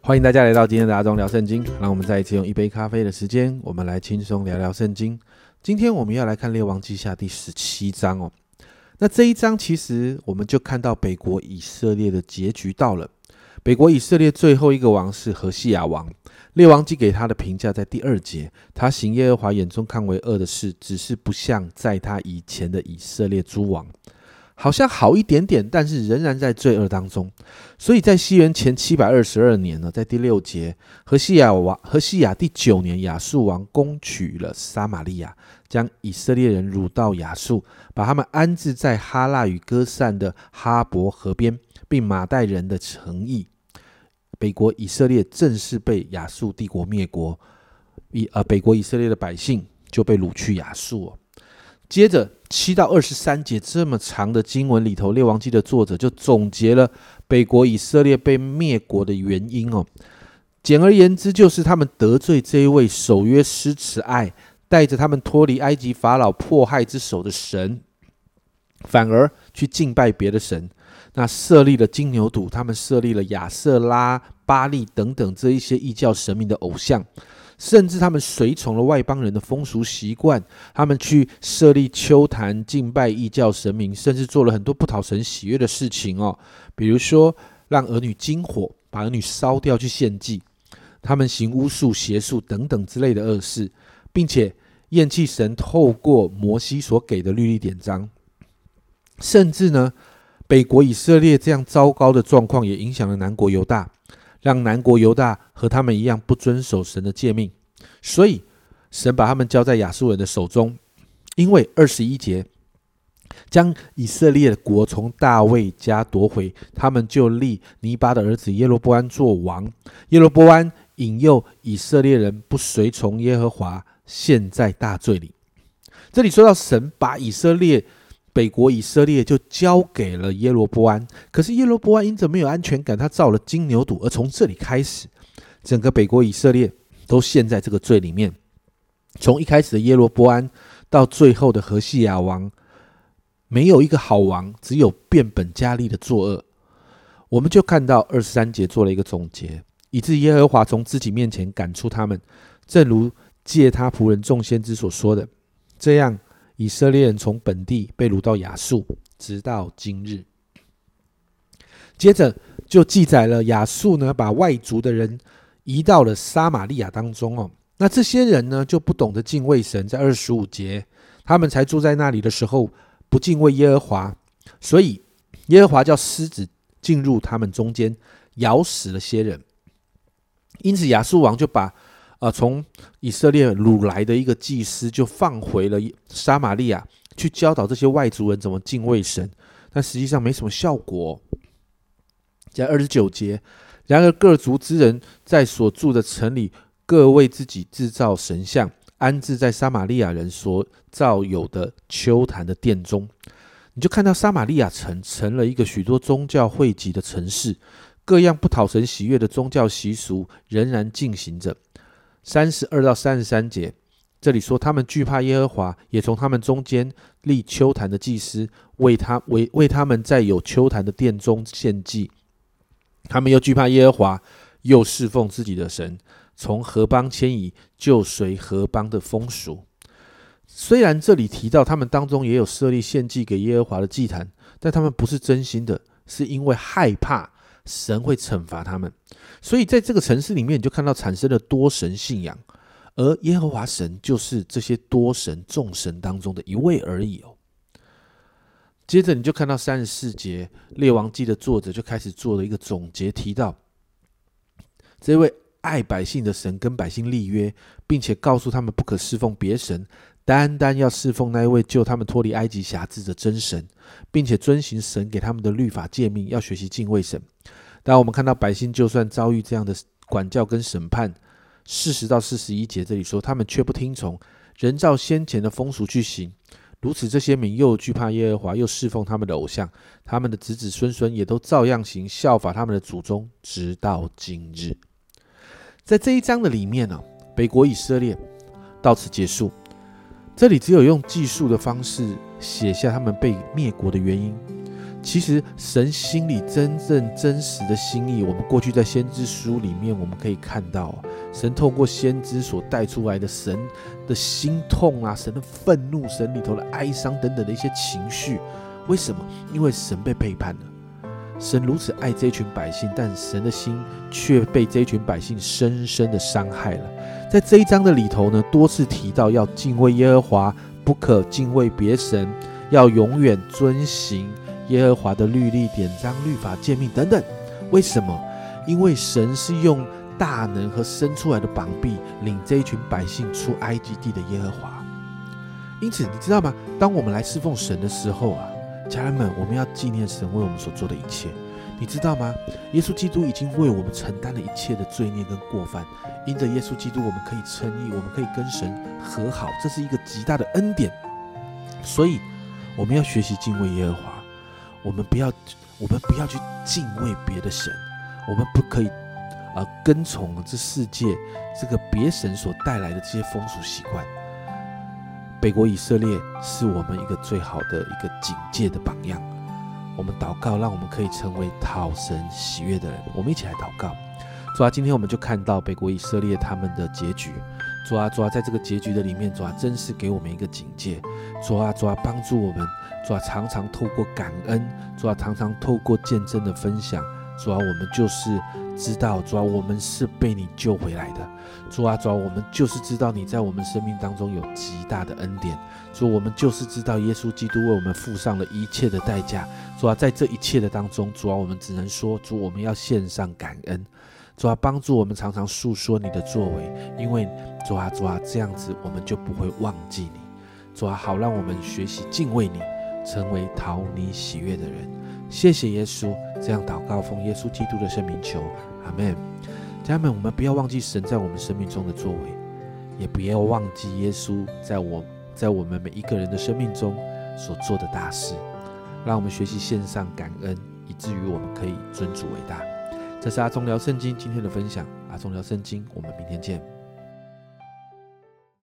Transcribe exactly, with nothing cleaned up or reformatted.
欢迎大家来到今天的阿忠聊圣经，让我们再一次用一杯咖啡的时间，我们来轻松聊聊圣经。今天我们要来看列王记下第十七章哦。那这一章其实我们就看到北国以色列的结局到了。北国以色列最后一个王是何西亚王，列王记给他的评价在第二节，他行耶和华眼中看为恶的事，只是不像在他以前的以色列诸王。好像好一点点，但是仍然在罪恶当中。所以在西元前七百二十二年呢，在第六节，何西亚王何西亚第九年，亚述王攻取了撒玛利亚，将以色列人掳到亚述，把他们安置在哈辣与歌散的哈伯河边，并马代人的城邑。北国以色列正式被亚述帝国灭国，呃，北国以色列的百姓就被掳去亚述哦。接着七到二十三节这么长的经文里头，列王记的作者就总结了北国以色列被灭国的原因哦。简而言之，就是他们得罪这一位守约施慈爱，带着他们脱离埃及法老迫害之手的神，反而去敬拜别的神。那设立了金牛犊，他们设立了亚瑟拉、巴利等等这一些异教神明的偶像，甚至他们随从了外邦人的风俗习惯，他们去设立丘坛敬拜异教神明，甚至做了很多不讨神喜悦的事情哦。比如说让儿女经火，把儿女烧掉去献祭，他们行巫术、邪术等等之类的恶事，并且厌弃神透过摩西所给的律例典章。甚至呢，北国以色列这样糟糕的状况也影响了南国犹大，让南国犹大和他们一样不遵守神的诫命，所以神把他们交在亚述人的手中。因为二十一节将以色列的国从大卫家夺回，他们就立尼巴的儿子耶罗波安做王。耶罗波安引诱以色列人不随从耶和华，陷在大罪里。这里说到神把以色列北国以色列就交给了耶罗波安，可是耶罗波安因着没有安全感，他造了金牛犊，而从这里开始，整个北国以色列都陷在这个罪里面。从一开始的耶罗波安到最后的何西亚王，没有一个好王，只有变本加厉的作恶。我们就看到二十三节做了一个总结，以致耶和华从自己面前赶出他们，正如借他仆人众先知所说的，这样以色列人从本地被掳到亚述，直到今日。接着就记载了亚述呢，把外族的人移到了撒玛利亚当中哦。那这些人呢，就不懂得敬畏神，在二十五节，他们才住在那里的时候，不敬畏耶和华，所以耶和华叫狮子进入他们中间，咬死了些人。因此亚述王就把呃，从以色列掳来的一个祭司就放回了撒玛利亚，去教导这些外族人怎么敬畏神，但实际上没什么效果。在二十九节，然而各族之人在所住的城里，各为自己制造神像，安置在撒玛利亚人所造有的丘坛的殿中。你就看到撒玛利亚城成了一个许多宗教汇集的城市，各样不讨神喜悦的宗教习俗仍然进行着。三十二到三十三节，这里说他们惧怕耶和华，也从他们中间立丘坛的祭司，为他 为, 为他们在有丘坛的殿中献祭。他们又惧怕耶和华，又侍奉自己的神，从何邦迁移，就随何邦的风俗。虽然这里提到他们当中也有设立献祭给耶和华的祭坛，但他们不是真心的，是因为害怕神会惩罚他们。所以在这个城市里面，你就看到产生了多神信仰，而耶和华神就是这些多神众神当中的一位而已哦。接着你就看到三十四节，列王记的作者就开始做了一个总结，提到这位爱百姓的神跟百姓立约，并且告诉他们不可侍奉别神，单单要侍奉那一位救他们脱离埃及辖制的真神，并且遵行神给他们的律法诫命，要学习敬畏神。当我们看到百姓就算遭遇这样的管教跟审判，四十到四十一节这里说，他们却不听从，仍照先前的风俗去行。如此这些民又惧怕耶和华，又侍奉他们的偶像，他们的子子孙孙也都照样行，效法他们的祖宗，直到今日。在这一章的里面呢、啊，北国以色列到此结束。这里只有用记述的方式写下他们被灭国的原因。 其实神心里真正真实的心意，我们过去在先知书里面我们可以看到，神透过先知所带出来的神的心痛啊，神的愤怒，神里头的哀伤等等的一些情绪。为什么？因为神被背叛了。神如此爱这一群百姓，但神的心却被这一群百姓深深的伤害了。在这一章的里头呢，多次提到要敬畏耶和华，不可敬畏别神，要永远遵行耶和华的律例、典章、律法、诫命等等。为什么？因为神是用大能和伸出来的膀臂领这一群百姓出埃及地的耶和华。因此你知道吗？当我们来侍奉神的时候啊，家人们，我们要纪念神为我们所做的一切。你知道吗？耶稣基督已经为我们承担了一切的罪孽跟过犯，因着耶稣基督我们可以称义，我们可以跟神和好，这是一个极大的恩典。所以我们要学习敬畏耶和华，我们不要我们不要去敬畏别的神，我们不可以、呃、跟从这世界这个别神所带来的这些风俗习惯。北国以色列是我们一个最好的一个警戒的榜样。我们祷告，让我们可以成为讨神喜悦的人。我们一起来祷告。主啊，今天我们就看到北国以色列他们的结局。主啊，主啊，在这个结局的里面，主啊，真是给我们一个警戒。主啊，主啊，帮助我们。主啊，常常透过感恩，主啊，常常透过见证的分享，主啊，我们就是知道，主啊，我们是被你救回来的。主啊，主啊，我们就是知道你在我们生命当中有极大的恩典。主，我们就是知道耶稣基督为我们付上了一切的代价。主啊，在这一切的当中，主啊，我们只能说，主，我们要献上感恩。主啊，帮助我们常常述说你的作为，因为主啊，主啊，这样子我们就不会忘记你。主啊，好让我们学习敬畏你，成为讨你喜悦的人。谢谢耶稣，这样祷告奉耶稣基督的圣名求，阿们。家人们，我们不要忘记神在我们生命中的作为，也不要忘记耶稣在我在我们每一个人的生命中所做的大事。让我们学习献上感恩，以至于我们可以尊主为大。这是阿忠聊圣经今天的分享，阿忠聊圣经，我们明天见。